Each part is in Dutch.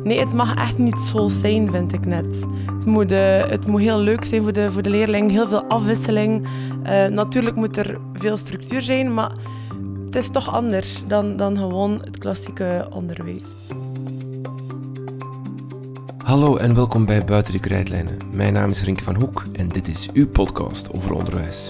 Nee, het mag echt niet zo zijn, vind ik net. Het moet heel leuk zijn voor de leerling, heel veel afwisseling. Natuurlijk moet er veel structuur zijn, maar het is toch anders dan gewoon het klassieke onderwijs. Hallo en welkom bij Buiten de Krijtlijnen. Mijn naam is Rinke van Hoek en dit is uw podcast over onderwijs.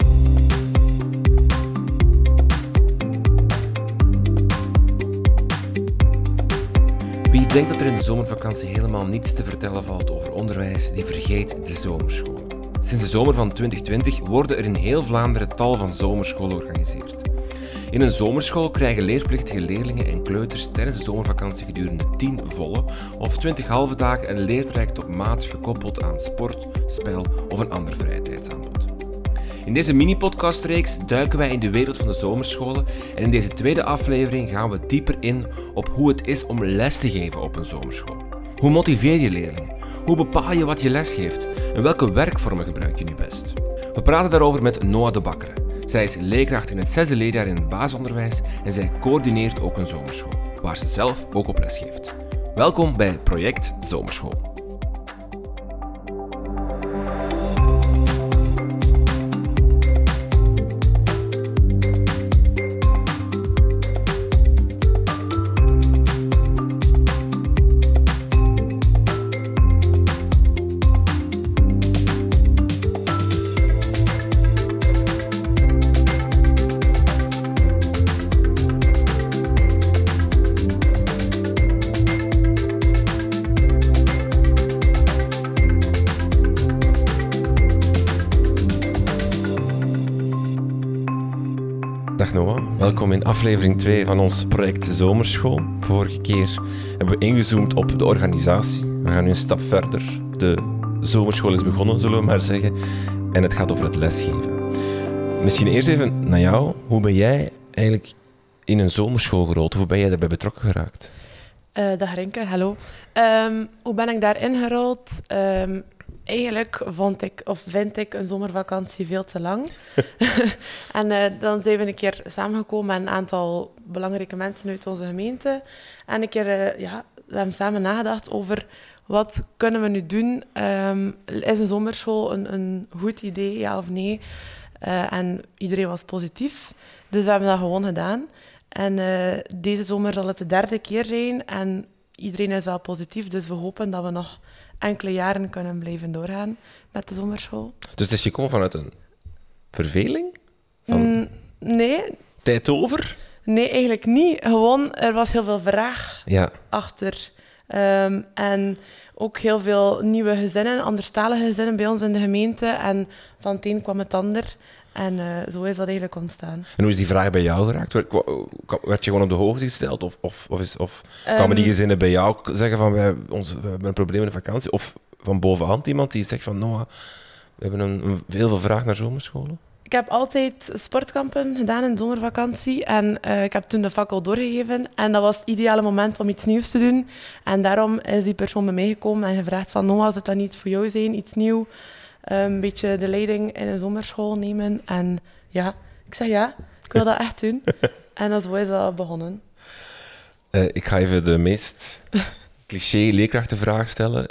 Wie denkt dat er in de zomervakantie helemaal niets te vertellen valt over onderwijs, die vergeet de zomerschool. Sinds de zomer van 2020 worden er in heel Vlaanderen tal van zomerscholen georganiseerd. In een zomerschool krijgen leerplichtige leerlingen en kleuters tijdens de zomervakantie gedurende 10 volle of 20 halve dagen een leertraject op maat gekoppeld aan sport, spel of een ander vrije tijdsaanbod. In deze mini-podcastreeks duiken wij in de wereld van de zomerscholen en in deze tweede aflevering gaan we dieper in op hoe het is om les te geven op een zomerschool. Hoe motiveer je leerlingen? Hoe bepaal je wat je les geeft? En welke werkvormen gebruik je nu best? We praten daarover met Noah de Bakkere. Zij is leerkracht in het 6e leerjaar in het basisonderwijs en zij coördineert ook een zomerschool, waar ze zelf ook op les geeft. Welkom bij Project Zomerschool. Dag Noah, welkom in aflevering 2 van ons project Zomerschool. Vorige keer hebben we ingezoomd op de organisatie. We gaan nu een stap verder. De zomerschool is begonnen, zullen we maar zeggen. En het gaat over het lesgeven. Misschien eerst even naar jou. Hoe ben jij eigenlijk in een zomerschool gerold? Hoe ben jij daarbij betrokken geraakt? Dag Rinke, hallo. Hoe ben ik daarin gerold? Eigenlijk vind ik een zomervakantie veel te lang. En dan zijn we een keer samengekomen met een aantal belangrijke mensen uit onze gemeente. En een keer, we hebben samen nagedacht over wat kunnen we nu doen. Is een zomerschool een goed idee, ja of nee? En iedereen was positief. Dus we hebben dat gewoon gedaan. En deze zomer zal het de 3e keer zijn. En iedereen is wel positief, dus we hopen dat we nog enkele jaren kunnen blijven doorgaan met de zomerschool. Dus het is gekomen vanuit een verveling? Nee. Tijd over? Nee, eigenlijk niet. Gewoon, er was heel veel vraag achter. En ook heel veel nieuwe gezinnen, anderstalige gezinnen bij ons in de gemeente. En van het een kwam het ander. En zo is dat eigenlijk ontstaan. En hoe is die vraag bij jou geraakt? Werd je gewoon op de hoogte gesteld? Of kwamen die gezinnen bij jou zeggen van we hebben een probleem in de vakantie? Of van bovenhand iemand die zegt van Noah, we hebben heel veel vraag naar zomerscholen? Ik heb altijd sportkampen gedaan in de zomervakantie. En ik heb toen de fakkel doorgegeven. En dat was het ideale moment om iets nieuws te doen. En daarom is die persoon bij mij gekomen en gevraagd van Noah, zou dat niet voor jou zijn, iets nieuws? Een beetje de leiding in een zomerschool nemen. En ja, ik zeg ja, ik wil dat echt doen. En zo is dat begonnen. Ik ga even de meest cliché leerkrachtenvraag stellen.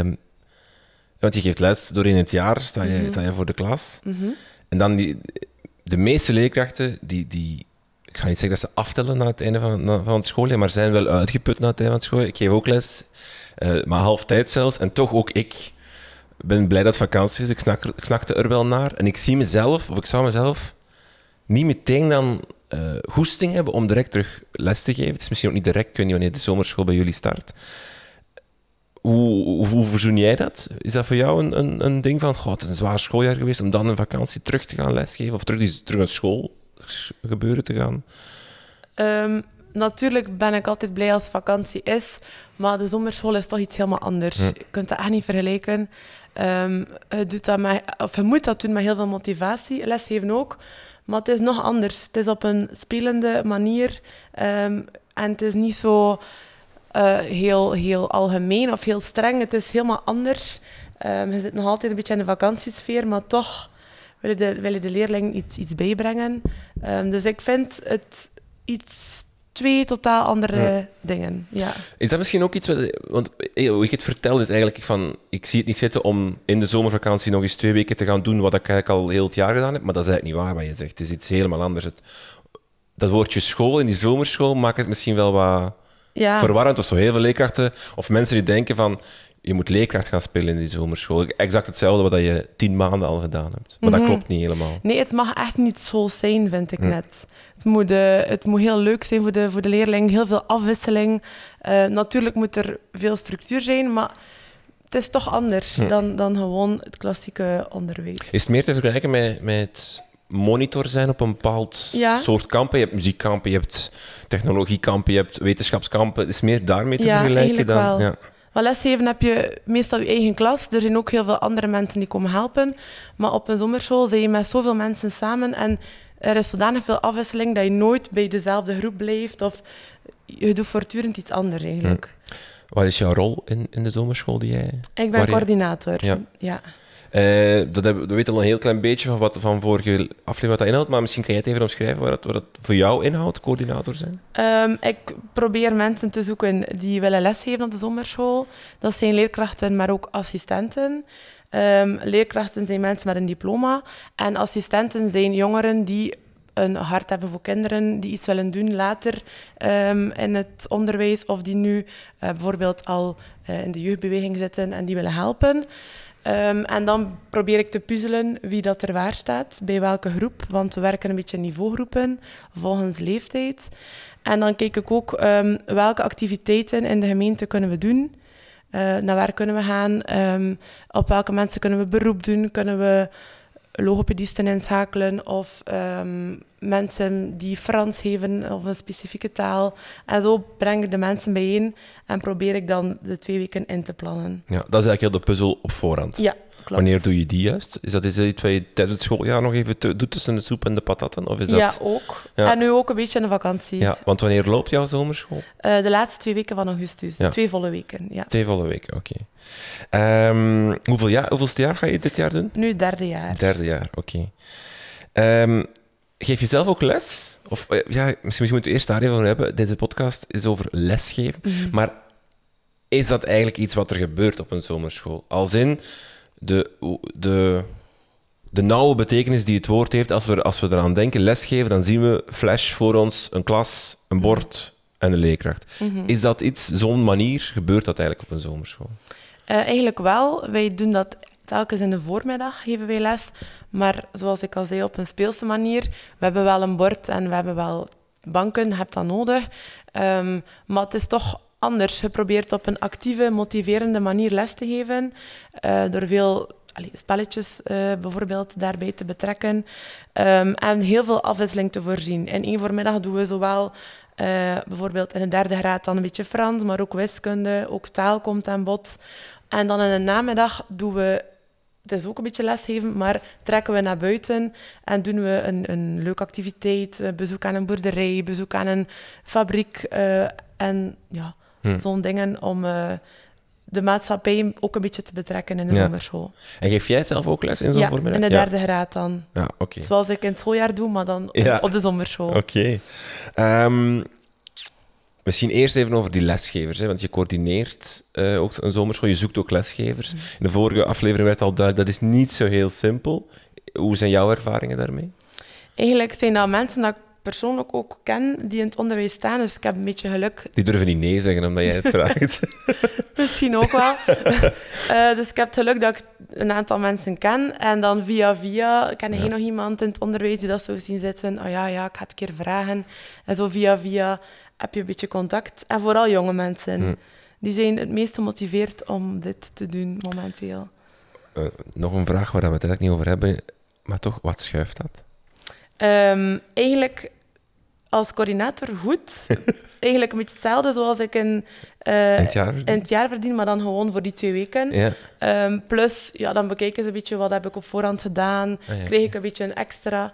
Want je geeft les doorheen het jaar, sta je voor de klas. Mm-hmm. En dan de meeste leerkrachten, die ik ga niet zeggen dat ze aftellen na het einde van het schooljaar, maar zijn wel uitgeput na het einde van het schooljaar. Ik geef ook les, maar halftijd zelfs. En toch ook ik ben blij dat het vakantie is. Ik snakte er wel naar. En ik zie mezelf, of ik zou mezelf niet meteen dan goesting hebben om direct terug les te geven. Het is misschien ook niet direct, ik weet niet wanneer de zomerschool bij jullie start. Hoe verzoen jij dat? Is dat voor jou een ding van, het is een zwaar schooljaar geweest om dan een vakantie terug te gaan lesgeven? Of terug naar schoolgebeuren te gaan? Natuurlijk ben ik altijd blij als het vakantie is, maar de zomerschool is toch iets helemaal anders. Je kunt dat echt niet vergelijken. Je moet dat doen met heel veel motivatie, lesgeven ook, maar het is nog anders. Het is op een spelende manier en het is niet zo heel algemeen of heel streng. Het is helemaal anders. Je zit nog altijd een beetje in de vakantiesfeer, maar toch willen de leerling iets bijbrengen. Dus ik vind het iets 2 totaal andere dingen. Ja. Is dat misschien ook iets... Want hoe ik het vertel is eigenlijk van... Ik zie het niet zitten om in de zomervakantie nog eens 2 weken te gaan doen wat ik eigenlijk al heel het jaar gedaan heb. Maar dat is eigenlijk niet waar wat je zegt. Het is iets helemaal anders. Dat woordje school in die zomerschool maakt het misschien wel wat verwarrend. Of zo heel veel leerkrachten... Of mensen die denken van... Je moet leerkracht gaan spelen in die zomerschool. Exact hetzelfde wat je 10 maanden al gedaan hebt. Maar dat klopt niet helemaal. Nee, het mag echt niet zo zijn, vind ik net. Het moet heel leuk zijn voor de leerling. Heel veel afwisseling. Natuurlijk moet er veel structuur zijn, maar het is toch anders dan gewoon het klassieke onderwijs. Is het meer te vergelijken met monitor zijn op een bepaald soort kampen? Je hebt muziekkampen, je hebt technologiekampen, je hebt wetenschapskampen. Is het meer daarmee te vergelijken dan? Wel. Ja. Maar lesgeven heb je meestal je eigen klas. Er zijn ook heel veel andere mensen die komen helpen. Maar op een zomerschool zijn je met zoveel mensen samen en er is zodanig veel afwisseling dat je nooit bij dezelfde groep blijft of je doet voortdurend iets anders eigenlijk. Wat is jouw rol in de zomerschool die jij... Ik ben coördinator. Ja. Dat we weten al een heel klein beetje van vorige aflevering wat dat inhoudt, maar misschien kan jij het even omschrijven wat het voor jou inhoudt, coördinator zijn? Ik probeer mensen te zoeken die willen lesgeven op de zomerschool. Dat zijn leerkrachten, maar ook assistenten. Leerkrachten zijn mensen met een diploma en assistenten zijn jongeren die een hart hebben voor kinderen, die iets willen doen later in het onderwijs of die nu bijvoorbeeld al in de jeugdbeweging zitten en die willen helpen. En dan probeer ik te puzzelen wie dat er waar staat, bij welke groep, want we werken een beetje in niveaugroepen, volgens leeftijd. En dan kijk ik ook welke activiteiten in de gemeente kunnen we doen, naar waar kunnen we gaan, op welke mensen kunnen we beroep doen, kunnen we logopedisten inschakelen of mensen die Frans geven of een specifieke taal. En zo breng ik de mensen bijeen en probeer ik dan de 2 weken in te plannen. Ja, dat is eigenlijk heel de puzzel op voorhand. Ja, klopt. Wanneer doe je die juist? Is dat iets wat je tijdens het schooljaar nog even doet tussen de soep en de patatten? Of is dat... Ja, ook. Ja. En nu ook een beetje in de vakantie. Ja, want wanneer loopt jouw zomerschool? De laatste 2 weken van augustus. Ja. 2 volle weken. Ja. 2 volle weken, oké. Hoeveelste jaar ga je dit jaar doen? Nu 3e jaar. 3e jaar, oké. Geef je zelf ook les? Of misschien moeten we eerst daar even over hebben. Deze podcast is over lesgeven. Mm-hmm. Maar is dat eigenlijk iets wat er gebeurt op een zomerschool? Als in de nauwe betekenis die het woord heeft, als we eraan denken, lesgeven, dan zien we flash voor ons, een klas, een bord en een leerkracht. Mm-hmm. Is dat iets, zo'n manier, gebeurt dat eigenlijk op een zomerschool? Eigenlijk wel. Wij doen dat telkens in de voormiddag, geven wij les. Maar zoals ik al zei, op een speelse manier. We hebben wel een bord en we hebben wel banken, je hebt dat nodig. Maar het is toch anders. Je probeert op een actieve, motiverende manier les te geven. Door veel spelletjes bijvoorbeeld daarbij te betrekken. En heel veel afwisseling te voorzien. In 1 voormiddag doen we zowel bijvoorbeeld in de 3e graad dan een beetje Frans, maar ook wiskunde, ook taal komt aan bod. En dan in de namiddag doen we, het is ook een beetje lesgeven, maar trekken we naar buiten en doen we een leuke activiteit, bezoek aan een boerderij, bezoek aan een fabriek en zo'n dingen om de maatschappij ook een beetje te betrekken in de zomerschool. En geef jij zelf ook les in zo'n voormiddag? In de 3e graad dan. Ja, oké. Zoals ik in het schooljaar doe, maar dan op de zomerschool. Oké. Misschien eerst even over die lesgevers, hè, want je coördineert ook een zomerschool, je zoekt ook lesgevers. In de vorige aflevering werd al duidelijk, dat is niet zo heel simpel. Hoe zijn jouw ervaringen daarmee? Eigenlijk zijn dat mensen dat ik persoonlijk ook ken, die in het onderwijs staan, dus ik heb een beetje geluk. Die durven niet nee zeggen, omdat jij het vraagt. Misschien ook wel. Dus ik heb het geluk dat ik een aantal mensen ken. En dan via ken ik nog iemand in het onderwijs die dat zo zien zitten. Ik ga het een keer vragen. En zo via heb je een beetje contact. En vooral jonge mensen. Die zijn het meest gemotiveerd om dit te doen momenteel. Nog een vraag waar we het eigenlijk niet over hebben. Maar toch, wat schuift dat? Eigenlijk als coördinator goed. Eigenlijk een beetje hetzelfde zoals ik in het jaar verdien, maar dan gewoon voor die 2 weken. Ja. Plus, dan bekijken ze een beetje wat heb ik op voorhand gedaan. Kreeg ik een beetje een extra.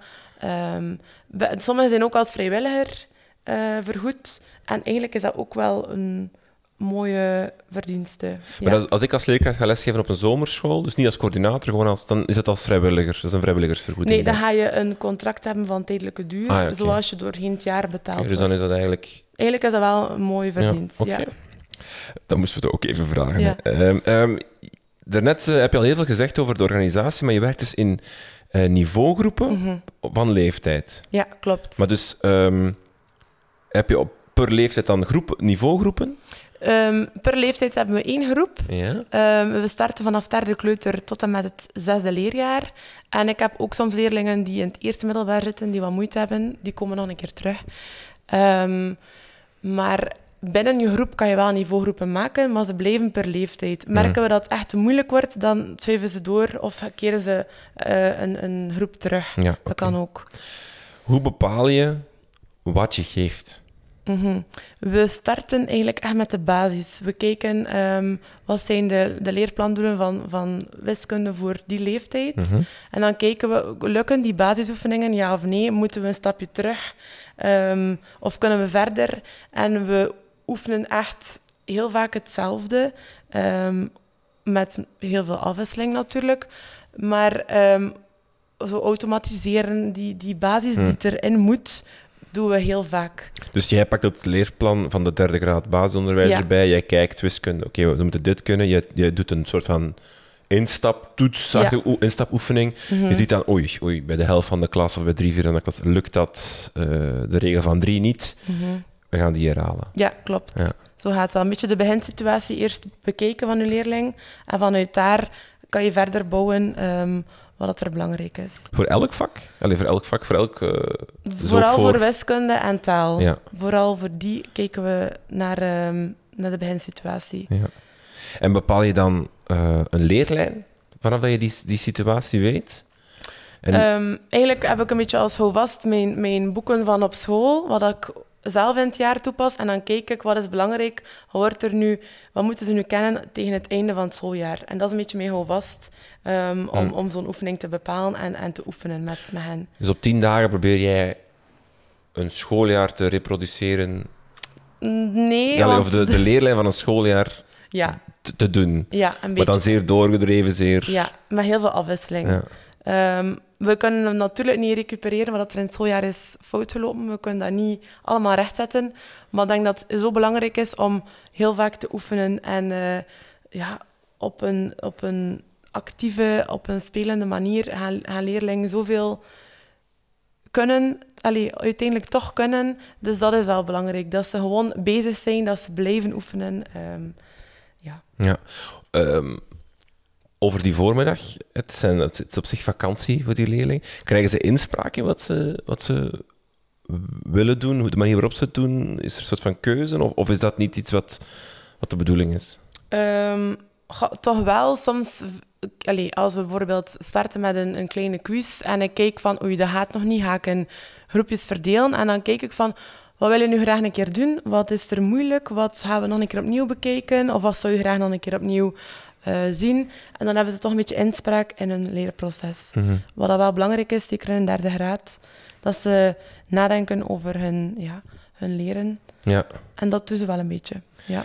Sommigen zijn ook als vrijwilliger vergoed. En eigenlijk is dat ook wel een mooie verdiensten. Maar als ik als leerkracht ga lesgeven op een zomerschool, dus niet als coördinator, gewoon dan is het als vrijwilliger. Dat is een vrijwilligersvergoeding. Nee, dan ga je een contract hebben van tijdelijke duur, zoals je doorheen het jaar betaalt. Okay, dus dan is dat eigenlijk... Eigenlijk is dat wel een mooie verdienst, ja. Dan moesten we het ook even vragen. Ja. Daarnet heb je al heel veel gezegd over de organisatie, maar je werkt dus in niveaugroepen van leeftijd. Ja, klopt. Maar dus heb je per leeftijd dan niveaugroepen? Per leeftijd hebben we 1 groep. Ja. We starten vanaf 3e kleuter tot en met het 6e leerjaar. En ik heb ook soms leerlingen die in het eerste middelbaar zitten, die wat moeite hebben. Die komen nog een keer terug. Maar binnen je groep kan je wel niveaugroepen maken, maar ze blijven per leeftijd. Merken we dat het echt moeilijk wordt, dan schuiven ze door of keren ze een groep terug. Ja, dat kan ook. Hoe bepaal je wat je geeft? We starten eigenlijk echt met de basis. We kijken wat zijn de leerplandoelen van wiskunde voor die leeftijd. En dan kijken we, lukken die basisoefeningen, ja of nee? Moeten we een stapje terug? Of kunnen we verder? En we oefenen echt heel vaak hetzelfde, met heel veel afwisseling natuurlijk. Maar zo automatiseren, die basis die erin moet, doen we heel vaak. Dus jij pakt het leerplan van de 3e graad basisonderwijs erbij, jij kijkt wiskunde, oké, ze moeten dit kunnen, je doet een soort van instaptoets, instapoefening. Je ziet dan, oei, bij de helft van de klas of bij 3/4 van de klas lukt dat, de regel van 3 niet. We gaan die herhalen. Ja, klopt. Ja. Zo gaat het wel. Een beetje de beginsituatie eerst bekijken van je leerling en vanuit daar kan je verder bouwen wat er belangrijk is. Voor elk vak? Vooral voor wiskunde en taal. Ja. Vooral voor die kijken we naar de beginsituatie. Ja. En bepaal je dan een leerlijn vanaf dat je die situatie weet? Eigenlijk heb ik een beetje als houvast mijn boeken van op school, wat ik zelf in het jaar toepas. En dan kijk ik, wat is belangrijk? Wat moeten ze nu kennen tegen het einde van het schooljaar? En dat is een beetje mijn houvast om zo'n oefening te bepalen en te oefenen met hen. Dus op 10 dagen probeer jij een schooljaar te reproduceren? Nee. Of de leerlijn van een schooljaar te doen? Ja, een beetje. Maar dan zeer doorgedreven, zeer... Ja, met heel veel afwisseling. Ja. We kunnen hem natuurlijk niet recupereren wat er in het schooljaar is fout gelopen. We kunnen dat niet allemaal rechtzetten. Maar ik denk dat het zo belangrijk is om heel vaak te oefenen en op een actieve, op een spelende manier gaan leerlingen zoveel kunnen, uiteindelijk toch kunnen. Dus dat is wel belangrijk. Dat ze gewoon bezig zijn, dat ze blijven oefenen. Over die voormiddag, het is op zich vakantie voor die leerling. Krijgen ze inspraak in wat ze willen doen, de manier waarop ze het doen? Is er een soort van keuze of is dat niet iets wat de bedoeling is? Toch wel. Soms, als we bijvoorbeeld starten met een kleine quiz en ik kijk van, dat gaat nog niet, ga ik in groepjes verdelen en dan kijk ik van, wat wil je nu graag een keer doen? Wat is er moeilijk? Wat gaan we nog een keer opnieuw bekijken? Of wat zou je graag nog een keer opnieuw zien? En dan hebben ze toch een beetje inspraak in hun leerproces. Wat dat wel belangrijk is, zeker in de 3e graad, dat ze nadenken over hun leren. Ja. En dat doen ze wel een beetje. Ja.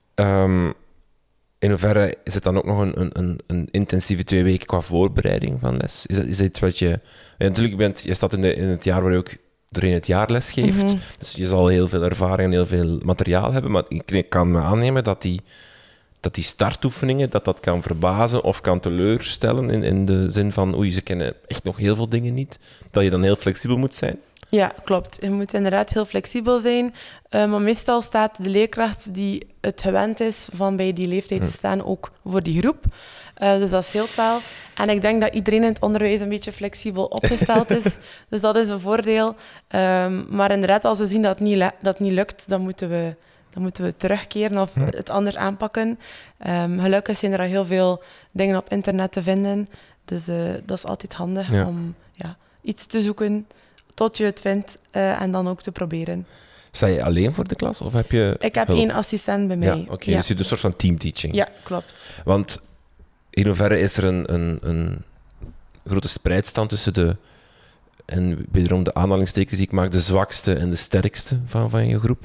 In hoeverre is het dan ook nog een intensieve 2 weken qua voorbereiding van les? Is dat iets wat je... natuurlijk, je staat in het jaar waar je ook doorheen het jaar les geeft. Dus je zal heel veel ervaring en heel veel materiaal hebben. Maar ik kan me aannemen dat die startoefeningen, dat kan verbazen of kan teleurstellen in de zin van, ze kennen echt nog heel veel dingen niet. Dat je dan heel flexibel moet zijn. Ja, klopt. Je moet inderdaad heel flexibel zijn. Maar meestal staat de leerkracht die het gewend is van bij die leeftijd te staan ook voor die groep. Dus dat scheelt wel. En ik denk dat iedereen in het onderwijs een beetje flexibel opgesteld is. Dus dat is een voordeel. Maar inderdaad, als we zien dat het niet lukt, dan moeten we terugkeren of het anders aanpakken. Gelukkig zijn er al heel veel dingen op internet te vinden. Dus dat is altijd handig om iets te zoeken tot je het vindt en dan ook te proberen. Sta je alleen voor de klas of heb je... Ik heb 1 assistent bij mij. Ja, oké. Dus je doet een soort van teamteaching. Ja, klopt. Want in hoeverre is er een grote spreidstand tussen en wederom de aanhalingstekens die ik maak, de zwakste en de sterkste van je groep?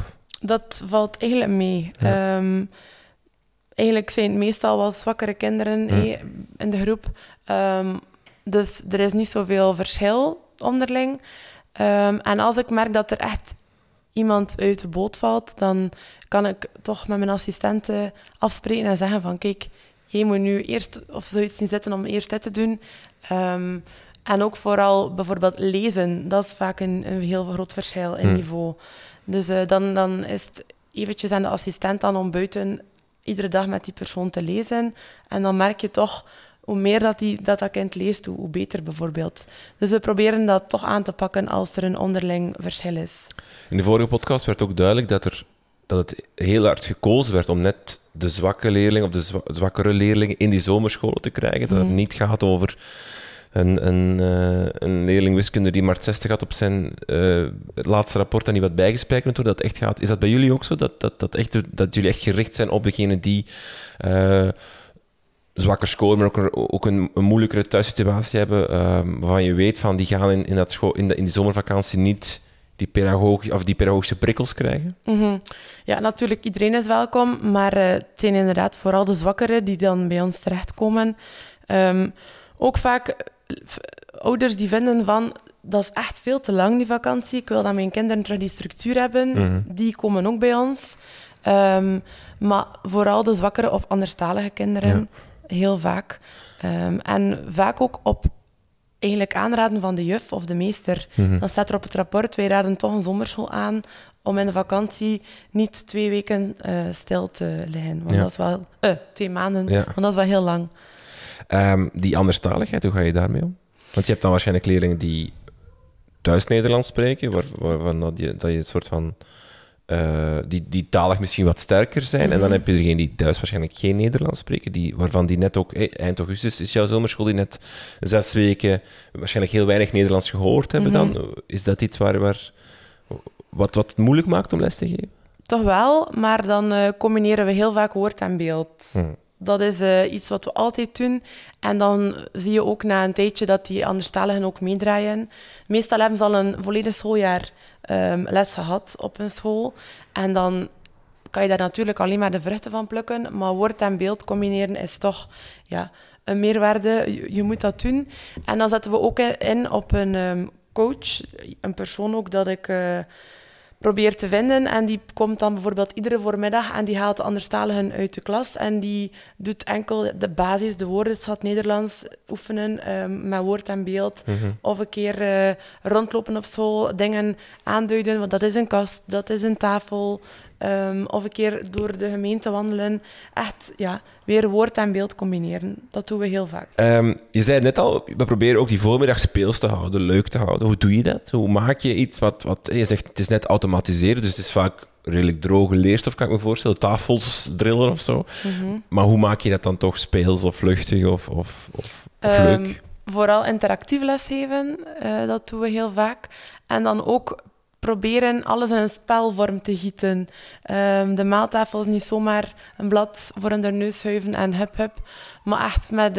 Dat valt eigenlijk mee. Ja. Eigenlijk zijn het meestal wel zwakkere kinderen in de groep. Dus er is niet zoveel verschil onderling. En als ik merk dat er echt iemand uit de boot valt, dan kan ik toch met mijn assistenten afspreken en zeggen van kijk, je moet nu eerst of zoiets niet zitten om eerst dit te doen. En ook vooral bijvoorbeeld lezen, dat is vaak een heel groot verschil in niveau. Dus dan is het eventjes aan de assistent dan om buiten iedere dag met die persoon te lezen. En dan merk je toch, hoe meer dat kind leest, hoe beter bijvoorbeeld. Dus we proberen dat toch aan te pakken als er een onderling verschil is. In de vorige podcast werd ook duidelijk dat het heel hard gekozen werd om net de zwakke leerlingen of de zwakkere leerlingen in die zomerscholen te krijgen. Dat het niet gaat over een leerling wiskunde die maar 60 had op zijn het laatste rapport en die wat bijgespijkerd moet worden. Dat echt gaat. Is dat bij jullie ook zo? Dat jullie echt gericht zijn op degene die zwakker scoren, maar ook een moeilijkere thuissituatie hebben, waarvan je weet van die gaan in die zomervakantie niet die pedagogische prikkels krijgen? Mm-hmm. Ja, natuurlijk, iedereen is welkom, maar het zijn inderdaad vooral de zwakkeren die dan bij ons terechtkomen. Ook vaak ouders die vinden van, dat is echt veel te lang die vakantie, ik wil dat mijn kinderen terug die structuur hebben, die komen ook bij ons. Maar vooral de zwakkere of anderstalige kinderen, heel vaak. En vaak ook op eigenlijk aanraden van de juf of de meester. Dan staat er op het rapport, wij raden toch een zomerschool aan om in de vakantie niet 2 weken stil te liggen. Want dat is wel 2 maanden, want dat is wel heel lang. Die anderstaligheid, hoe ga je daarmee om? Want je hebt dan waarschijnlijk leerlingen die thuis Nederlands spreken, waarvan dat je een soort van die talig misschien wat sterker zijn. En dan heb je degene die thuis waarschijnlijk geen Nederlands spreken, waarvan die net ook, eind augustus is jouw zomerschool, die net 6 weken waarschijnlijk heel weinig Nederlands gehoord hebben dan. Is dat iets wat het moeilijk maakt om les te geven? Toch wel, maar dan combineren we heel vaak woord en beeld. Dat is iets wat we altijd doen. En dan zie je ook na een tijdje dat die anderstaligen ook meedraaien. Meestal hebben ze al een volledig schooljaar les gehad op een school. En dan kan je daar natuurlijk alleen maar de vruchten van plukken. Maar woord en beeld combineren is toch een meerwaarde. Je moet dat doen. En dan zetten we ook in op een coach. Een persoon ook dat ik probeer te vinden. En die komt dan bijvoorbeeld iedere voormiddag en die haalt de anderstaligen uit de klas. En die doet enkel de basis, de woordenschat Nederlands oefenen met woord en beeld. Of een keer rondlopen op school, dingen aanduiden, want dat is een kast, dat is een tafel. Of een keer door de gemeente wandelen. Echt, weer woord en beeld combineren. Dat doen we heel vaak. Je zei net al, we proberen ook die voormiddag speels te houden, leuk te houden. Hoe doe je dat? Hoe maak je iets wat je zegt, het is net automatiseren, dus het is vaak redelijk droge leerstof, kan ik me voorstellen. Tafels drillen of zo. Maar hoe maak je dat dan toch speels of luchtig of leuk? Vooral interactief lesgeven, dat doen we heel vaak. En dan ook proberen alles in een spelvorm te gieten. De maaltafel is niet zomaar een blad voor hun neus schuiven en hup, maar echt met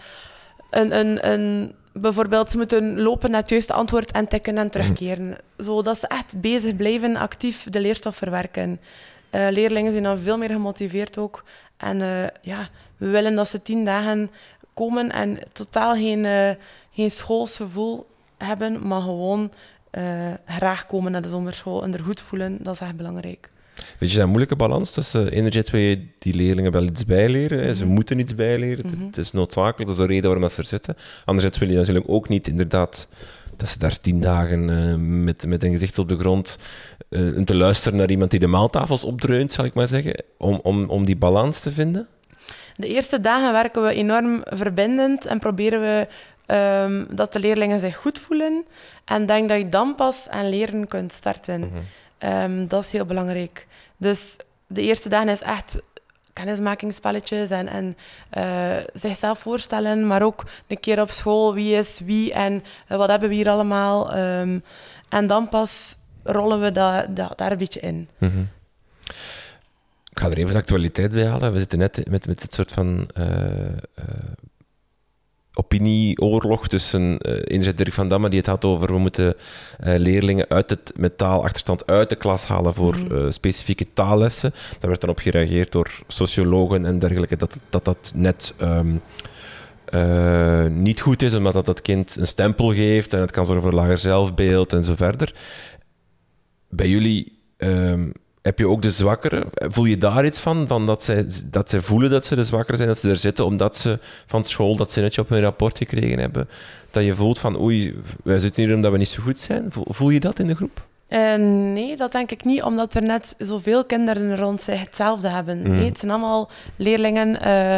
bijvoorbeeld, ze moeten lopen naar het juiste antwoord en tikken en terugkeren. Zodat ze echt bezig blijven, actief de leerstof verwerken. Leerlingen zijn dan veel meer gemotiveerd ook. En we willen dat ze 10 dagen komen en totaal geen schoolsgevoel hebben, maar gewoon graag komen naar de zomerschool en er goed voelen, dat is echt belangrijk. Weet je, dat een moeilijke balans tussen enerzijds wil je die leerlingen wel iets bijleren, ze moeten iets bijleren, het is noodzakelijk, dat is de reden waarom ze er zitten. Anderzijds wil je natuurlijk ook niet inderdaad dat ze daar 10 dagen met een gezicht op de grond te luisteren naar iemand die de maaltafels opdreunt, zal ik maar zeggen, om die balans te vinden. De eerste dagen werken we enorm verbindend en proberen we dat de leerlingen zich goed voelen. En denk dat je dan pas aan leren kunt starten. Dat is heel belangrijk. Dus de eerste dagen is echt kennismakingsspelletjes en zichzelf voorstellen, maar ook een keer op school wie is wie en wat hebben we hier allemaal. En dan pas rollen we daar een beetje in. Ik ga er even de actualiteit bij halen. We zitten net met dit soort van opinieoorlog tussen enerzijds Dirk van Damme, die het had over we moeten leerlingen met taalachterstand uit de klas halen voor specifieke taallessen. Daar werd dan op gereageerd door sociologen en dergelijke dat net niet goed is, omdat dat kind een stempel geeft en het kan zorgen voor lager zelfbeeld en zo verder. Bij jullie heb je ook de zwakkeren. Voel je daar iets van dat zij voelen dat ze de zwakkeren zijn, dat ze er zitten omdat ze van school dat zinnetje op hun rapport gekregen hebben? Dat je voelt van oei, wij zitten hier omdat we niet zo goed zijn. Voel je dat in de groep? Nee, dat denk ik niet, omdat er net zoveel kinderen rond zich hetzelfde hebben. Nee, het zijn allemaal leerlingen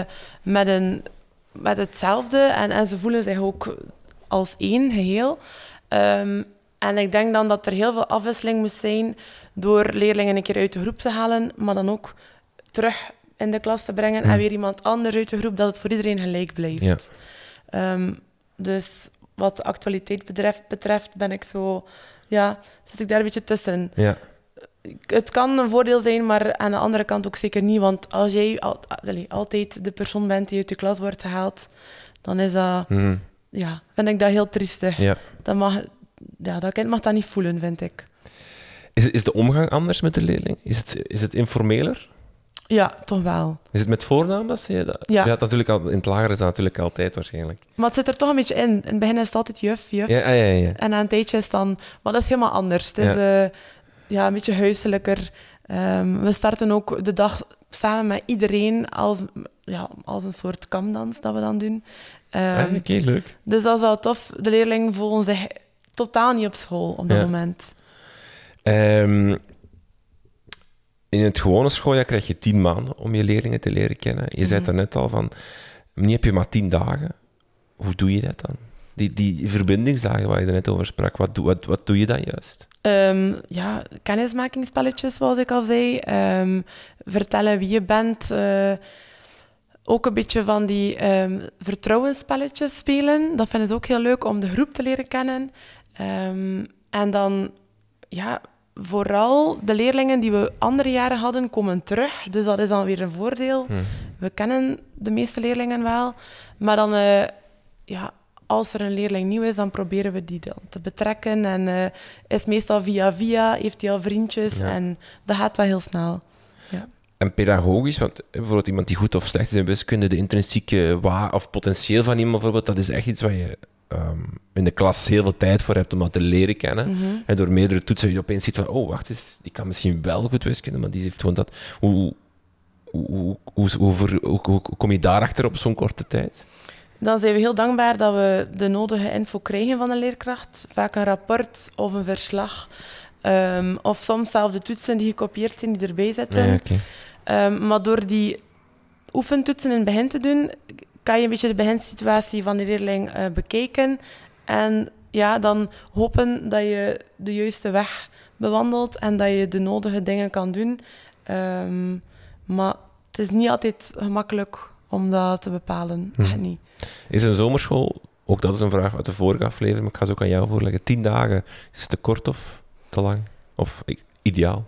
met hetzelfde en ze voelen zich ook als één geheel. En ik denk dan dat er heel veel afwisseling moet zijn door leerlingen een keer uit de groep te halen, maar dan ook terug in de klas te brengen en weer iemand anders uit de groep, dat het voor iedereen gelijk blijft. Ja. Dus wat de actualiteit betreft ben ik zo... Ja, zit ik daar een beetje tussen. Ja. Het kan een voordeel zijn, maar aan de andere kant ook zeker niet. Want als jij altijd de persoon bent die uit de klas wordt gehaald, dan is dat... Ja, vind ik dat heel triestig. Ja. Dat kind mag dat niet voelen, vind ik. Is de omgang anders met de leerling? Is het informeler? Ja, toch wel. Is het met voornaam dat zie je dat? Ja. Natuurlijk in het lager is dat natuurlijk altijd waarschijnlijk. Maar het zit er toch een beetje in. In het begin is het altijd juf. Ja. En na een tijdje is het dan... Maar dat is helemaal anders. Het is een beetje huiselijker. We starten ook de dag samen met iedereen als een soort kamdans dat we dan doen. Oké, leuk. Dus dat is wel tof. De leerlingen voelen zich totaal niet op school op dat moment. In het gewone schooljaar krijg je 10 maanden om je leerlingen te leren kennen. Je zei daar net al van, nu heb je maar 10 dagen. Hoe doe je dat dan? Die verbindingsdagen waar je er net over sprak, wat doe je dan juist? Kennismakingsspelletjes, zoals ik al zei. Vertellen wie je bent. Ook een beetje van die vertrouwensspelletjes spelen. Dat vinden ze ook heel leuk om de groep te leren kennen. En dan... vooral de leerlingen die we andere jaren hadden, komen terug. Dus dat is dan weer een voordeel. We kennen de meeste leerlingen wel. Maar dan, als er een leerling nieuw is, dan proberen we die dan te betrekken. En is meestal via, heeft hij al vriendjes. Ja. En dat gaat wel heel snel. Ja. En pedagogisch, want bijvoorbeeld iemand die goed of slecht is in wiskunde, de intrinsieke of potentieel van iemand bijvoorbeeld, dat is echt iets wat je... in de klas heel veel tijd voor hebt om dat te leren kennen. En door meerdere toetsen je opeens ziet van, oh, wacht eens, die kan misschien wel goed wiskunde, maar die heeft gewoon dat. Hoe kom je daarachter op zo'n korte tijd? Dan zijn we heel dankbaar dat we de nodige info krijgen van een leerkracht. Vaak een rapport of een verslag. Of soms zelfs de toetsen die gekopieerd zijn, die erbij zitten. Ja, maar door die oefentoetsen in het begin te doen, kan je een beetje de beginsituatie van de leerling bekijken. En dan hopen dat je de juiste weg bewandelt en dat je de nodige dingen kan doen. Maar het is niet altijd gemakkelijk om dat te bepalen. Echt niet. Is een zomerschool, ook dat is een vraag uit de vorige aflevering, maar ik ga ze ook aan jou voorleggen. 10 dagen, is het te kort of te lang? Of ideaal?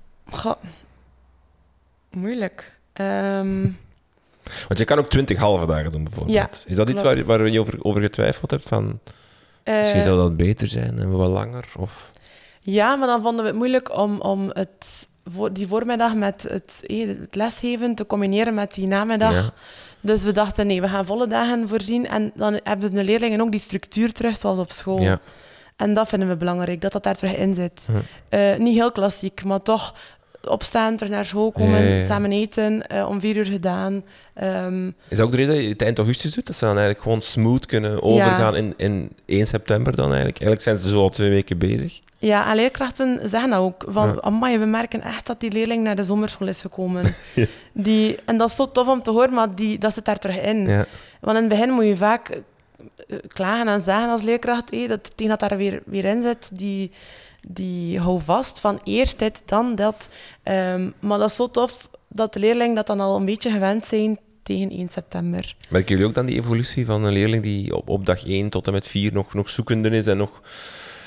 Moeilijk. Want je kan ook 20 halve dagen doen, bijvoorbeeld. Ja, is dat iets waar je over getwijfeld hebt? Van, misschien zou dat beter zijn en wat langer? Of? Ja, maar dan vonden we het moeilijk om die voormiddag met het lesgeven te combineren met die namiddag. Ja. Dus we dachten, nee, we gaan volle dagen voorzien. En dan hebben de leerlingen ook die structuur terug, zoals op school. Ja. En dat vinden we belangrijk, dat daar terug in zit. Niet heel klassiek, maar toch... opstaan, terug naar school komen, samen eten, om 4 uur gedaan. Is dat ook de reden dat je het eind augustus doet? Dat ze dan eigenlijk gewoon smooth kunnen overgaan in 1 september dan eigenlijk? Eigenlijk zijn ze zo al 2 weken bezig. Ja, en leerkrachten zeggen dat ook. Van, amai, we merken echt dat die leerling naar de zomerschool is gekomen. En dat is zo tof om te horen, maar dat zit daar terug in. Ja. Want in het begin moet je vaak klagen en zeggen als leerkracht, dat het dat daar weer in zit, die hou vast van eerst dit, dan dat. Maar dat is zo tof dat de leerlingen dat dan al een beetje gewend zijn tegen 1 september. Merken jullie ook dan die evolutie van een leerling die op dag 1 tot en met 4 nog zoekende is en nog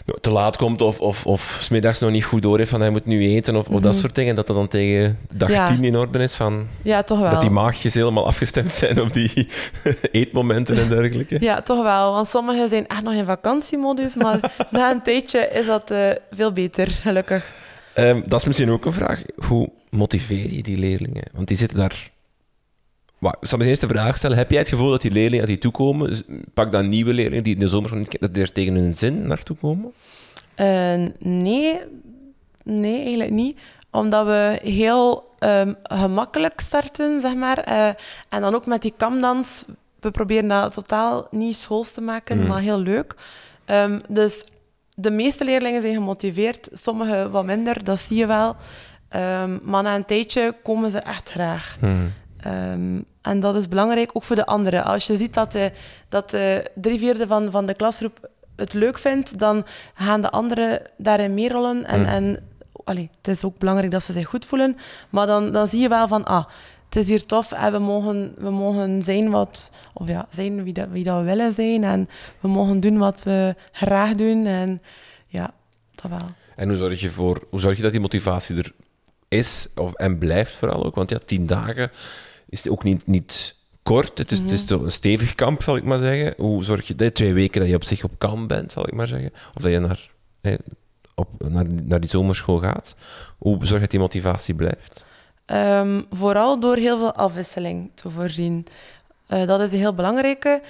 te laat komt of 's middags nog niet goed door heeft van hij moet nu eten of dat soort dingen, dat dan tegen dag 10 in orde is van... Ja, toch wel. Dat die maagjes helemaal afgestemd zijn op die eetmomenten en dergelijke. Ja, toch wel. Want sommigen zijn echt nog in vakantiemodus, maar na een tijdje is dat veel beter, gelukkig. Dat is misschien ook een vraag. Hoe motiveer je die leerlingen? Want die zitten daar... Ik zal me eerst de vraag stellen. Heb jij het gevoel dat die leerlingen, als die toekomen, pak dan nieuwe leerlingen die in de zomer niet kennen, dat die er tegen hun zin naartoe komen? Nee, eigenlijk niet. Omdat we heel gemakkelijk starten, zeg maar. En dan ook met die kamdans. We proberen dat totaal niet schools te maken, maar heel leuk. Dus de meeste leerlingen zijn gemotiveerd. Sommigen wat minder, dat zie je wel. Maar na een tijdje komen ze echt graag. En dat is belangrijk, ook voor de anderen. Als je ziet dat de 3/4 van de klasgroep het leuk vindt, dan gaan de anderen daarin meerollen. Het is ook belangrijk dat ze zich goed voelen. Maar dan zie je wel van, het is hier tof en we mogen zijn zijn wie dat we willen zijn. En we mogen doen wat we graag doen. En ja, dat wel. En hoe zorg je dat die motivatie er is en blijft vooral ook? Want ja, 10 dagen is ook niet kort. Het is toch een stevig kamp, zal ik maar zeggen. Hoe zorg je dat 2 weken dat je op zich op kamp bent, zal ik maar zeggen? Of dat je naar die zomerschool gaat. Hoe zorg je dat die motivatie blijft? Vooral door heel veel afwisseling te voorzien. Dat is een heel belangrijke.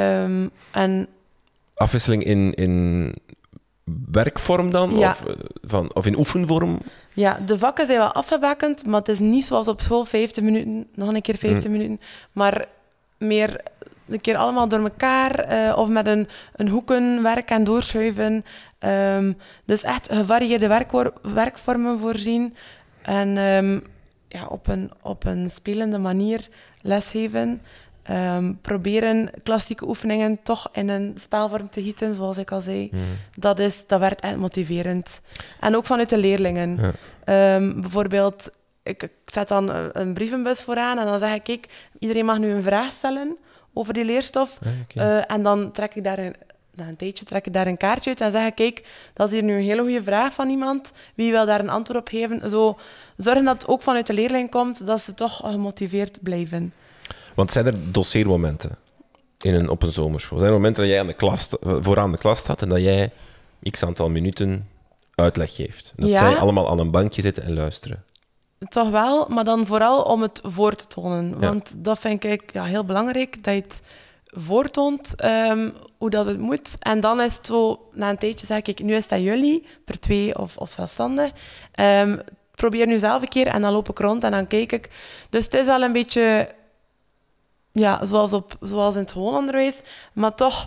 Afwisseling in werkvorm dan? Ja. Of in oefenvorm? Ja, de vakken zijn wel afgebakend, maar het is niet zoals op school 15 minuten, nog een keer 15 minuten, maar meer een keer allemaal door elkaar of met een hoekenwerk en doorschuiven. Dus echt gevarieerde werkvormen voorzien en op een spelende manier lesgeven. Proberen klassieke oefeningen toch in een spelvorm te gieten, zoals ik al zei. Dat werkt echt motiverend. En ook vanuit de leerlingen. Bijvoorbeeld, ik zet dan een brievenbus vooraan en dan zeg ik, kijk, iedereen mag nu een vraag stellen over die leerstof. En dan trek ik na een tijdje trek ik daar een kaartje uit en zeg ik, kijk, dat is hier nu een hele goede vraag van iemand. Wie wil daar een antwoord op geven? Zo zorgen dat het ook vanuit de leerling komt, dat ze toch gemotiveerd blijven. Want zijn er doseermomenten op een zomerschool? Zijn er momenten dat jij vooraan de klas staat en dat jij x aantal minuten uitleg geeft? Dat zij allemaal aan een bankje zitten en luisteren? Toch wel, maar dan vooral om het voor te tonen. Want dat vind ik heel belangrijk, dat je het voortoont hoe dat het moet. En dan is het zo, na een tijdje zeg ik, nu is dat jullie, per 2 of zelfstandig. Probeer nu zelf een keer en dan loop ik rond en dan kijk ik. Dus het is wel een beetje... Ja, zoals in het gewoon onderwijs, maar toch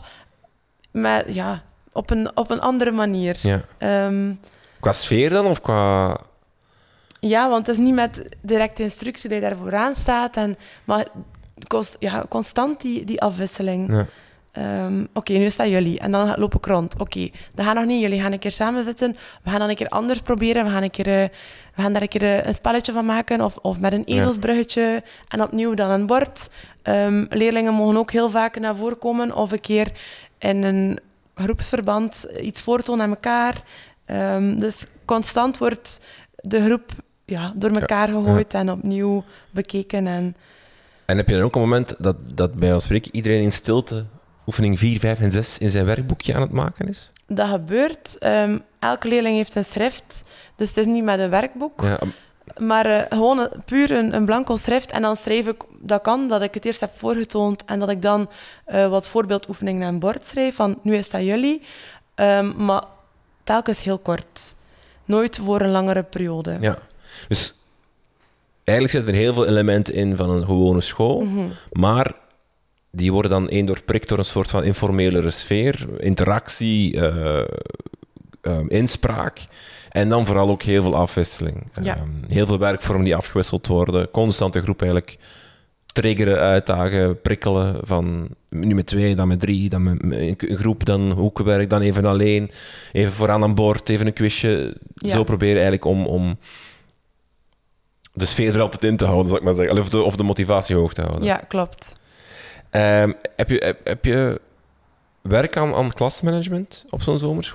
op een andere manier. Ja. Qua sfeer dan, of qua... Ja, want het is niet met directe instructie dat je daar vooraan staat, maar constant die afwisseling. Ja. Oké, nu staan jullie en dan loop ik rond. Oké, dat gaat nog niet. Jullie gaan een keer samen zitten. We gaan dan een keer anders proberen. We gaan daar een keer een spelletje van maken of met een ezelsbruggetje en opnieuw dan een bord. Leerlingen mogen ook heel vaak naar voren komen of een keer in een groepsverband iets voortonen aan elkaar. Dus constant wordt de groep door elkaar gegooid en opnieuw bekeken. En heb je dan ook een moment dat bij ons spreken iedereen in stilte oefening 4, 5 en 6 in zijn werkboekje aan het maken is? Dat gebeurt. Elke leerling heeft een schrift, dus het is niet met een werkboek. Ja. Maar gewoon puur een blanco schrift. En dan schrijf ik, dat ik het eerst heb voorgetoond en dat ik dan wat voorbeeldoefeningen aan bord schrijf van nu is dat jullie. Maar telkens heel kort. Nooit voor een langere periode. Ja, dus eigenlijk zitten er heel veel elementen in van een gewone school, maar die worden dan doorprikt door een soort van informelere sfeer, interactie, inspraak en dan vooral ook heel veel afwisseling. Ja. Heel veel werkvormen die afgewisseld worden, constant de groep eigenlijk triggeren, uitdagen, prikkelen van nu met 2, dan met 3, dan met een groep, dan hoekenwerk, dan even alleen, even vooraan aan boord, even een quizje. Ja. Zo proberen eigenlijk om de sfeer er altijd in te houden, zal ik maar zeggen, of de motivatie hoog te houden. Ja, klopt. Heb je werk aan klasmanagement op zo'n zomerschool?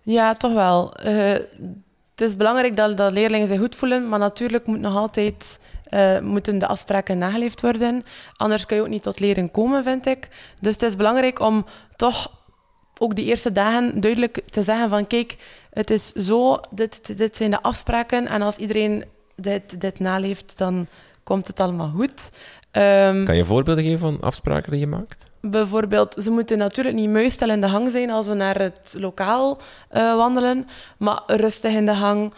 Ja, toch wel. Het is belangrijk dat leerlingen zich goed voelen, maar natuurlijk moeten de afspraken nageleefd worden. Anders kun je ook niet tot leren komen, vind ik. Dus het is belangrijk om toch ook die eerste dagen duidelijk te zeggen van kijk, het is zo, dit zijn de afspraken en als iedereen dit naleeft, dan komt het allemaal goed. Kan je voorbeelden geven van afspraken die je maakt? Bijvoorbeeld, ze moeten natuurlijk niet muisstil in de hang zijn als we naar het lokaal wandelen, maar rustig in de hang.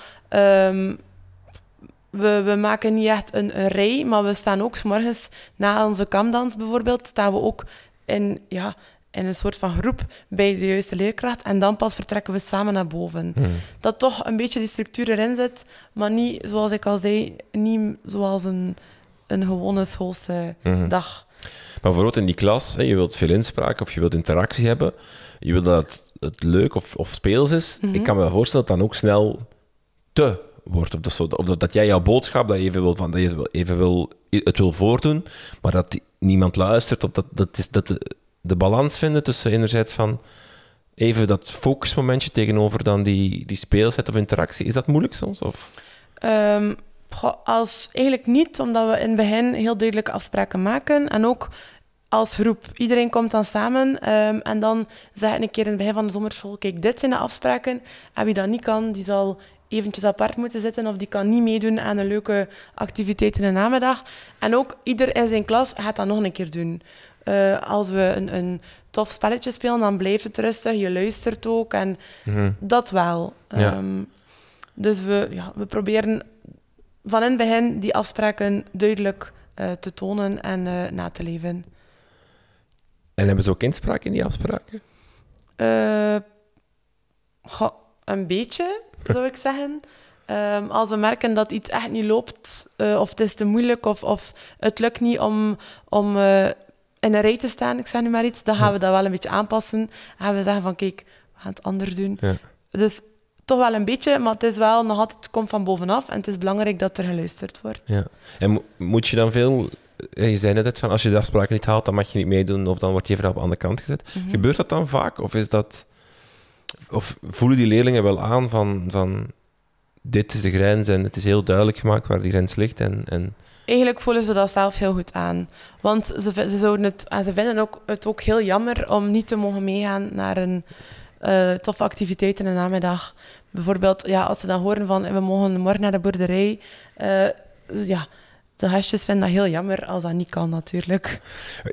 We maken niet echt een rij, maar we staan ook 's morgens na onze kamdans bijvoorbeeld, staan we ook in een soort van groep bij de juiste leerkracht en dan pas vertrekken we samen naar boven. Dat toch een beetje die structuur erin zit, maar niet, zoals ik al zei, niet zoals een gewone schoolse dag. Maar bijvoorbeeld in die klas, je wilt veel inspraak of je wilt interactie hebben, je wilt dat het leuk of speels is. Ik kan me wel voorstellen dat dan ook snel te wordt. Of dat jij jouw boodschap, dat je het wil voordoen, maar dat niemand luistert. Of dat de balans vinden tussen enerzijds van even dat focusmomentje tegenover dan die speelsheid of interactie. Is dat moeilijk soms? Of? Eigenlijk niet, omdat we in het begin heel duidelijke afspraken maken. En ook als groep. Iedereen komt dan samen en dan zeg ik een keer in het begin van de zomerschool, kijk, dit zijn de afspraken. En wie dat niet kan, die zal eventjes apart moeten zitten of die kan niet meedoen aan een leuke activiteit in de namiddag. En ook ieder in zijn klas gaat dat nog een keer doen. Als we een tof spelletje spelen, dan blijft het rustig, je luistert ook en dat wel. Ja. Dus we proberen van in het begin die afspraken duidelijk te tonen en na te leven. En hebben ze ook inspraak in die afspraken? Een beetje, zou ik zeggen. Als we merken dat iets echt niet loopt, of het is te moeilijk, of het lukt niet om in een rij te staan, ik zeg nu maar iets, dan gaan we dat wel een beetje aanpassen. En gaan we zeggen van, kijk, we gaan het anders doen. Ja. Dus toch wel een beetje, maar het is wel nog altijd, het komt van bovenaf en het is belangrijk dat er geluisterd wordt. Ja. En moet je dan veel... Je zei net van, als je de afspraken niet haalt, dan mag je niet meedoen of dan word je even op de andere kant gezet. Gebeurt dat dan vaak? Of voelen die leerlingen wel aan van dit is de grens en het is heel duidelijk gemaakt waar die grens ligt? En... Eigenlijk voelen ze dat zelf heel goed aan. Want ze vinden het ook heel jammer om niet te mogen meegaan naar een toffe activiteit in de namiddag. Bijvoorbeeld, als ze dan horen van we mogen morgen naar de boerderij. De gastjes vinden dat heel jammer als dat niet kan, natuurlijk.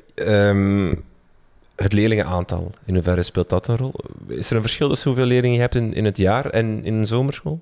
Het leerlingenaantal, in hoeverre speelt dat een rol? Is er een verschil tussen hoeveel leerlingen je hebt in het jaar en in een zomerschool?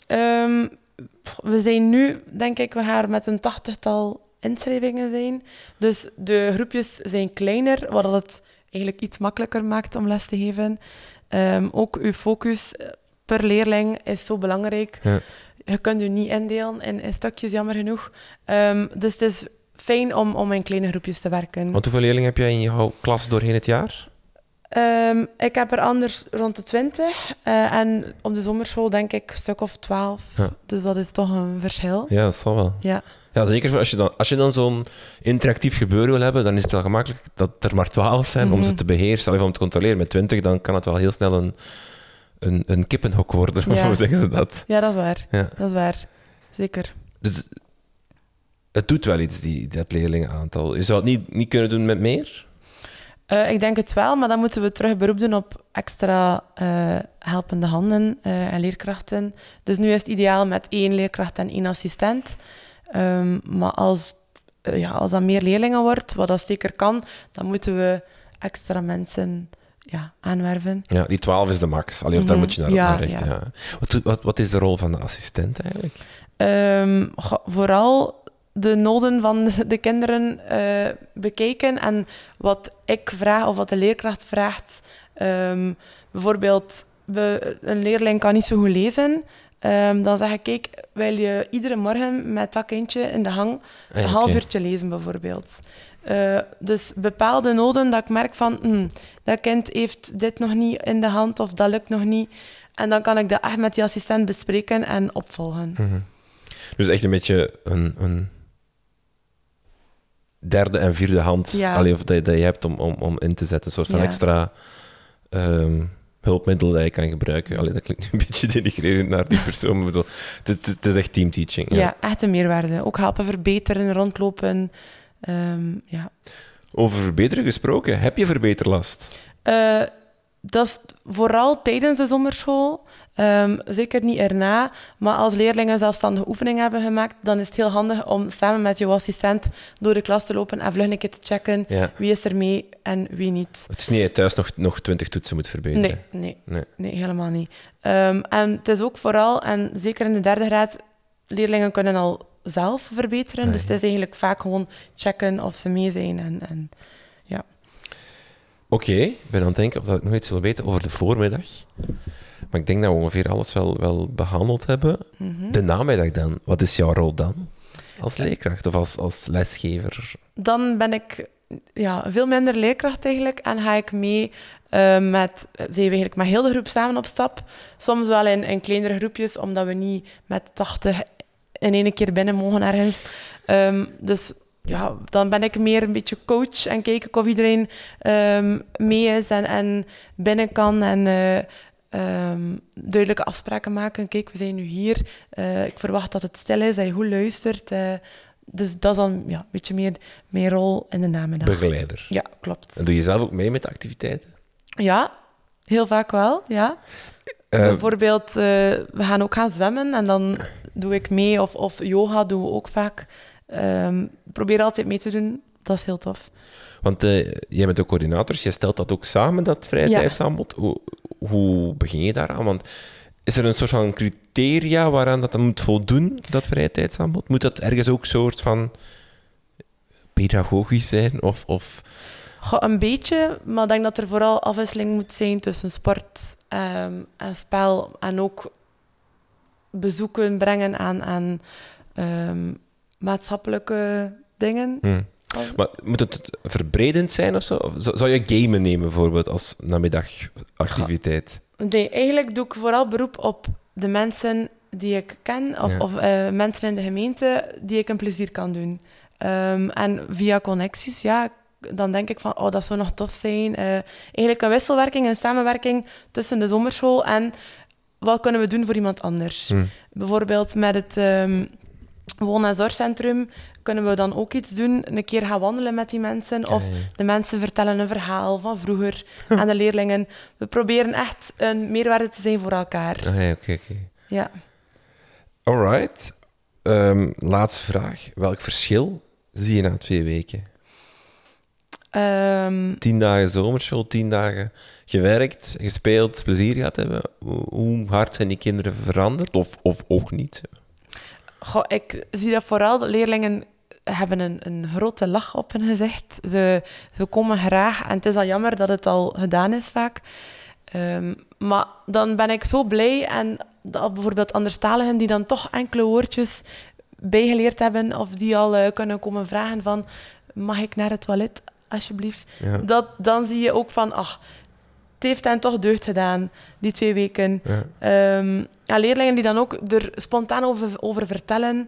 We zijn nu, denk ik, we gaan met een 80-tal inschrijvingen zijn. Dus de groepjes zijn kleiner, wat het eigenlijk iets makkelijker maakt om les te geven. Ook uw focus per leerling is zo belangrijk. Ja. Je kunt je niet indelen in stukjes, jammer genoeg. Dus het is fijn om in kleine groepjes te werken. Want hoeveel leerlingen heb jij in jouw klas doorheen het jaar? Ik heb er anders rond de 20. En op de zomerschool denk ik een stuk of 12. Ja. Dus dat is toch een verschil. Ja, dat zal wel. Ja, zeker. Als je dan zo'n interactief gebeuren wil hebben, dan is het wel gemakkelijk dat er maar 12 zijn om ze te beheersen. Even om te controleren. Met 20 dan kan het wel heel snel een kippenhok worden. Of hoe zeggen ze dat? Ja, dat is waar. Ja. Dat is waar. Zeker. Dus het doet wel iets, dat leerlingenaantal. Je zou het niet kunnen doen met meer? Ik denk het wel, maar dan moeten we terug beroep doen op extra helpende handen en leerkrachten. Dus nu is het ideaal met 1 leerkracht en 1 assistent. Maar als dat meer leerlingen wordt, wat dat zeker kan, dan moeten we extra mensen aanwerven. Ja, die 12 is de max. Daar moet je naar richten. Ja. Wat is de rol van de assistent eigenlijk? Vooral de noden van de kinderen bekijken en wat ik vraag of wat de leerkracht vraagt. Bijvoorbeeld, een leerling kan niet zo goed lezen. Dan zeg ik, kijk, wil je iedere morgen met dat kindje in de hang een half uurtje lezen bijvoorbeeld. Dus bepaalde noden dat ik merk van, dat kind heeft dit nog niet in de hand of dat lukt nog niet. En dan kan ik dat echt met die assistent bespreken en opvolgen. Mm-hmm. Dus echt een beetje een derde en vierde hand dat je hebt om in te zetten. Een soort van extra hulpmiddel dat je kan gebruiken. Allee, dat klinkt een beetje denigrerend naar die persoon, maar bedoel, het is echt teamteaching. Ja, echt een meerwaarde. Ook helpen verbeteren, rondlopen. Ja. Over verbeteren gesproken, heb je verbeterlast? Dat is vooral tijdens de zomerschool. Zeker niet erna. Maar als leerlingen zelfstandige oefeningen hebben gemaakt, dan is het heel handig om samen met jouw assistent door de klas te lopen en vlug een keer te checken wie is er mee en wie niet. Het is niet dat je thuis nog 20 toetsen moet verbeteren. Nee, helemaal niet. En het is ook vooral, en zeker in de derde graad, leerlingen kunnen al zelf verbeteren. Dus het is eigenlijk vaak gewoon checken of ze mee zijn. En ja. Oké, ik ben aan het denken of dat ik nog iets wil weten over de voormiddag. Maar ik denk dat we ongeveer alles wel behandeld hebben. Mm-hmm. De namiddag dan, wat is jouw rol dan? Als leerkracht of als lesgever? Dan ben ik veel minder leerkracht eigenlijk. En ga ik mee zijn we eigenlijk met heel de groep samen op stap. Soms wel in kleinere groepjes, omdat we niet met 80 in één keer binnen mogen ergens. Dus ja, dan ben ik meer een beetje coach en kijk ik of iedereen mee is en binnen kan en duidelijke afspraken maken. Kijk, we zijn nu hier. Ik verwacht dat het stil is, dat je goed luistert. Dus dat is dan een beetje meer mijn rol in de namiddag. Begeleider. Ja, klopt. En doe je zelf ook mee met de activiteiten? Ja, heel vaak wel, ja. Bijvoorbeeld, we gaan ook gaan zwemmen en dan doe ik mee. Of yoga doen we ook vaak. Probeer altijd mee te doen. Dat is heel tof. Want jij bent ook coördinator, je stelt dat ook samen, dat vrije tijdsaanbod. Hoe begin je daaraan? Want is er een soort van criteria waaraan dat moet voldoen, dat vrije tijdsaanbod? Moet dat ergens ook een soort van pedagogisch zijn? Of... Goh, een beetje, maar ik denk dat er vooral afwisseling moet zijn tussen sport en spel en ook bezoeken brengen aan maatschappelijke dingen. Maar moet het verbredend zijn of zo? Of zou je gamen nemen bijvoorbeeld als namiddagactiviteit? Nee, eigenlijk doe ik vooral beroep op de mensen die ik ken of mensen in de gemeente die ik een plezier kan doen. En via connecties, dan denk ik van, dat zou nog tof zijn. Eigenlijk een wisselwerking, een samenwerking tussen de zomerschool en wat kunnen we doen voor iemand anders. Bijvoorbeeld met het woon- en zorgcentrum kunnen we dan ook iets doen. Een keer gaan wandelen met die mensen. Of de mensen vertellen een verhaal van vroeger aan de leerlingen. We proberen echt een meerwaarde te zijn voor elkaar. Oké. Ja. Alright. Laatste vraag. Welk verschil zie je na 2 weken? 10 dagen zomerschool, 10 dagen gewerkt, gespeeld, plezier gehad hebben. Hoe hard zijn die kinderen veranderd? Of ook niet? Goh, ik zie dat vooral de leerlingen hebben een grote lach op hun gezicht. Ze komen graag en het is al jammer dat het al gedaan is vaak. Maar dan ben ik zo blij en dat bijvoorbeeld anderstaligen die dan toch enkele woordjes bijgeleerd hebben of die al kunnen komen vragen van mag ik naar het toilet alsjeblieft? Ja. Dan zie je ook van het heeft hen toch deugd gedaan, die 2 weken. Ja. Leerlingen die dan ook er spontaan over vertellen,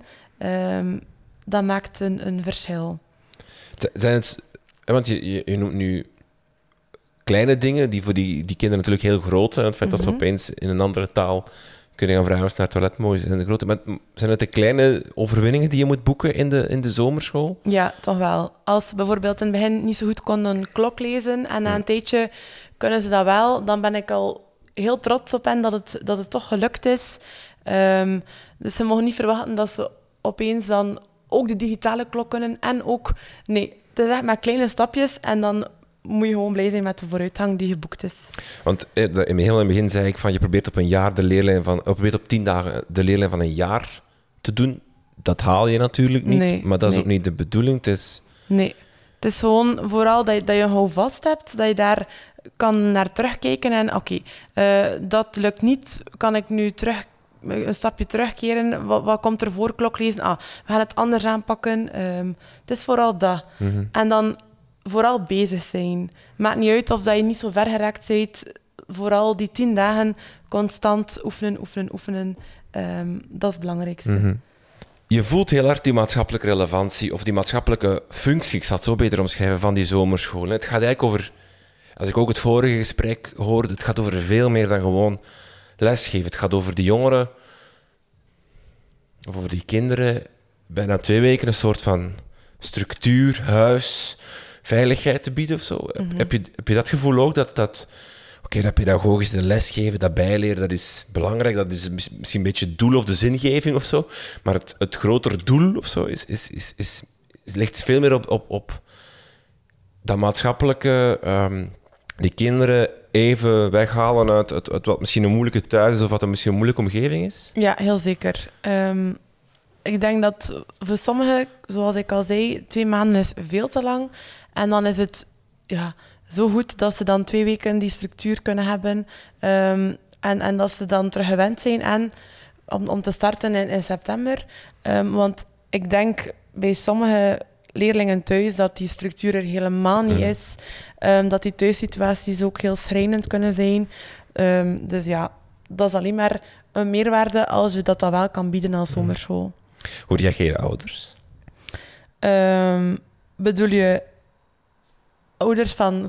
dat maakt een verschil. Zijn het, want je noemt nu kleine dingen die voor die kinderen natuurlijk heel groot zijn. Het feit dat ze opeens in een andere taal kunnen gaan vragen of ze naar het toilet mogen zijn. De grote. Maar zijn het de kleine overwinningen die je moet boeken in de zomerschool? Ja, toch wel. Als ze bijvoorbeeld in het begin niet zo goed konden een klok lezen en na een tijdje kunnen ze dat wel, dan ben ik al heel trots op hen dat het toch gelukt is. Dus ze mogen niet verwachten dat ze opeens dan ook de digitale klok kunnen en ook... Nee, het is echt maar kleine stapjes en dan moet je gewoon blij zijn met de vooruitgang die geboekt is. Want in het begin zei ik van je probeert op een jaar op 10 dagen de leerlijn van een jaar te doen. Dat haal je natuurlijk niet, maar dat is ook niet de bedoeling. Nee, het is gewoon vooral dat je houvast hebt, dat je daar kan naar terugkijken en dat lukt niet, kan ik nu een stapje terugkeren. Wat komt er voor kloklezen? We gaan het anders aanpakken. Het is vooral dat. En dan vooral bezig zijn. Maakt niet uit of dat je niet zo ver geraakt bent. Vooral die 10 dagen constant oefenen. Dat is het belangrijkste. Je voelt heel hard die maatschappelijke relevantie of die maatschappelijke functie, ik zal het zo beter omschrijven, van die zomerschool. Het gaat eigenlijk over als ik ook het vorige gesprek hoorde, het gaat over veel meer dan gewoon lesgeven. Het gaat over die jongeren, of over die kinderen, bijna 2 weken een soort van structuur, huis, veiligheid te bieden of zo. Mm-hmm. Heb je dat gevoel ook, dat pedagogische lesgeven, dat bijleren, dat is belangrijk, dat is misschien een beetje het doel of de zingeving of zo, maar het grotere doel of zo ligt veel meer op dat maatschappelijke, die kinderen even weghalen uit wat misschien een moeilijke thuis is of wat een misschien een moeilijke omgeving is? Ja, heel zeker. Ik denk dat voor sommigen, zoals ik al zei, 2 maanden is veel te lang. En dan is het zo goed dat ze dan 2 weken die structuur kunnen hebben. En dat ze dan terug gewend zijn en om te starten in september. Want ik denk bij sommige leerlingen thuis dat die structuur er helemaal niet is. Dat die thuissituaties ook heel schrijnend kunnen zijn. Dus ja, dat is alleen maar een meerwaarde als je dat dan wel kan bieden als zomerschool. Hoe reageren ouders? Bedoel je ouders van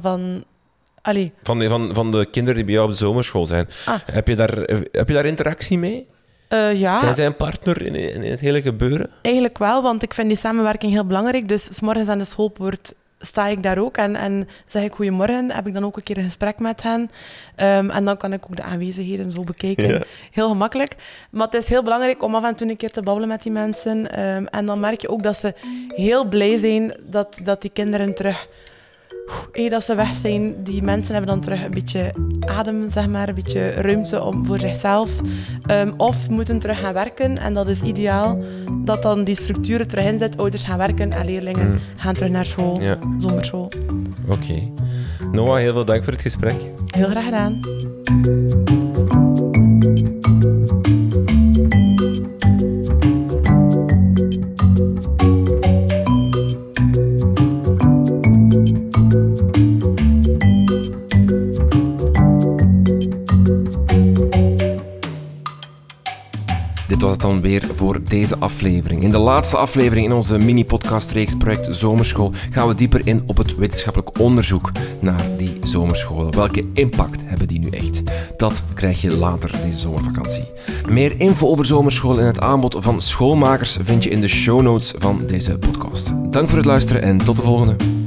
de kinderen die bij jou op de zomerschool zijn. Heb je daar interactie mee? Ja. Zijn zij een partner in het hele gebeuren? Eigenlijk wel, want ik vind die samenwerking heel belangrijk. Dus 's morgens aan de schoolpoort sta ik daar ook en zeg ik goedemorgen, heb ik dan ook een keer een gesprek met hen. En dan kan ik ook de aanwezigheden zo bekijken. Ja. Heel gemakkelijk. Maar het is heel belangrijk om af en toe een keer te babbelen met die mensen. En dan merk je ook dat ze heel blij zijn dat die kinderen terug... dat ze weg zijn. Die mensen hebben dan terug een beetje adem, zeg maar, een beetje ruimte voor zichzelf. Of moeten terug gaan werken. En dat is ideaal dat dan die structuren terug in zit. Ouders gaan werken en leerlingen gaan terug naar school, zomerschool. Oké. Noah, heel veel dank voor het gesprek. Heel graag gedaan. Dit was het dan weer voor deze aflevering. In de laatste aflevering in onze mini-podcastreeks Project Zomerschool gaan we dieper in op het wetenschappelijk onderzoek naar die zomerscholen. Welke impact hebben die nu echt? Dat krijg je later deze zomervakantie. Meer info over zomerschool en het aanbod van schoolmakers vind je in de show notes van deze podcast. Dank voor het luisteren en tot de volgende.